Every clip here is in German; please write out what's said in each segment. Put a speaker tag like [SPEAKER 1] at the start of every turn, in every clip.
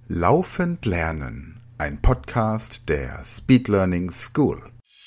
[SPEAKER 1] Laufend lernen, ein Podcast der Speed Learning School.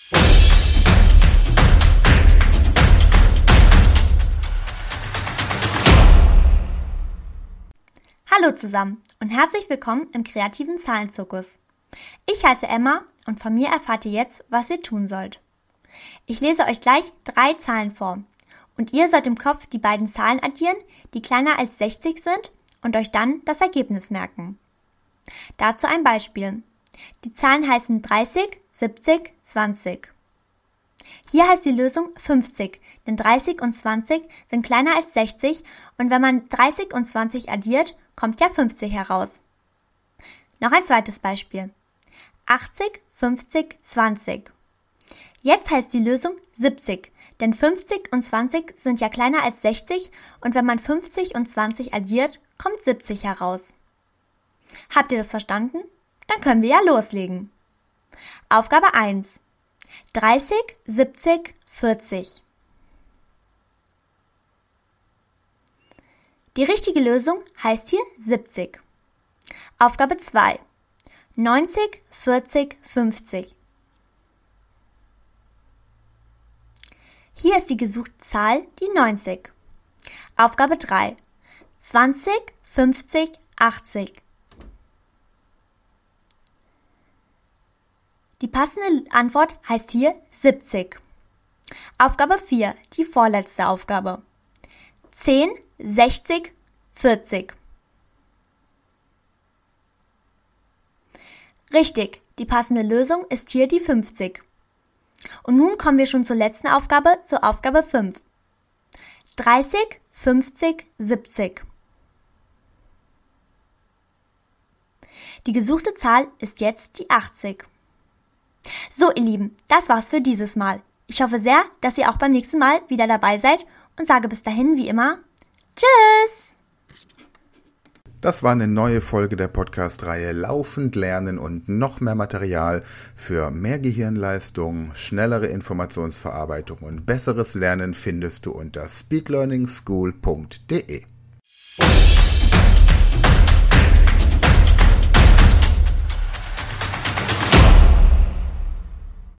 [SPEAKER 2] Hallo zusammen und herzlich willkommen im kreativen Zahlenzirkus. Ich heiße Emma und von mir erfahrt ihr jetzt, was ihr tun sollt. Ich lese euch gleich 3 Zahlen vor und ihr sollt im Kopf die beiden Zahlen addieren, die kleiner als 60 sind und euch dann das Ergebnis merken. Dazu ein Beispiel. Die Zahlen heißen 30, 70, 20. Hier heißt die Lösung 50, denn 30 und 20 sind kleiner als 60 und wenn man 30 und 20 addiert, kommt ja 50 heraus. Noch ein zweites Beispiel. 80, 50, 20. Jetzt heißt die Lösung 70, denn 50 und 20 sind ja kleiner als 60 und wenn man 50 und 20 addiert, kommt 70 heraus. Habt ihr das verstanden? Dann können wir ja loslegen. Aufgabe 1. 30, 70, 40. Die richtige Lösung heißt hier 70. Aufgabe 2. 90, 40, 50. Hier ist die gesuchte Zahl die 90. Aufgabe 3. 20, 50, 80. Die passende Antwort heißt hier 70. Aufgabe 4, die vorletzte Aufgabe. 10, 60, 40. Richtig, die passende Lösung ist hier die 50. Und nun kommen wir schon zur letzten Aufgabe, zur Aufgabe 5. 30, 50, 70. Die gesuchte Zahl ist jetzt die 80. So, ihr Lieben, das war's für dieses Mal. Ich hoffe sehr, dass ihr auch beim nächsten Mal wieder dabei seid und sage bis dahin wie immer Tschüss!
[SPEAKER 1] Das war eine neue Folge der Podcast-Reihe Laufend lernen und noch mehr Material für mehr Gehirnleistung, schnellere Informationsverarbeitung und besseres Lernen findest du unter speedlearningschool.de.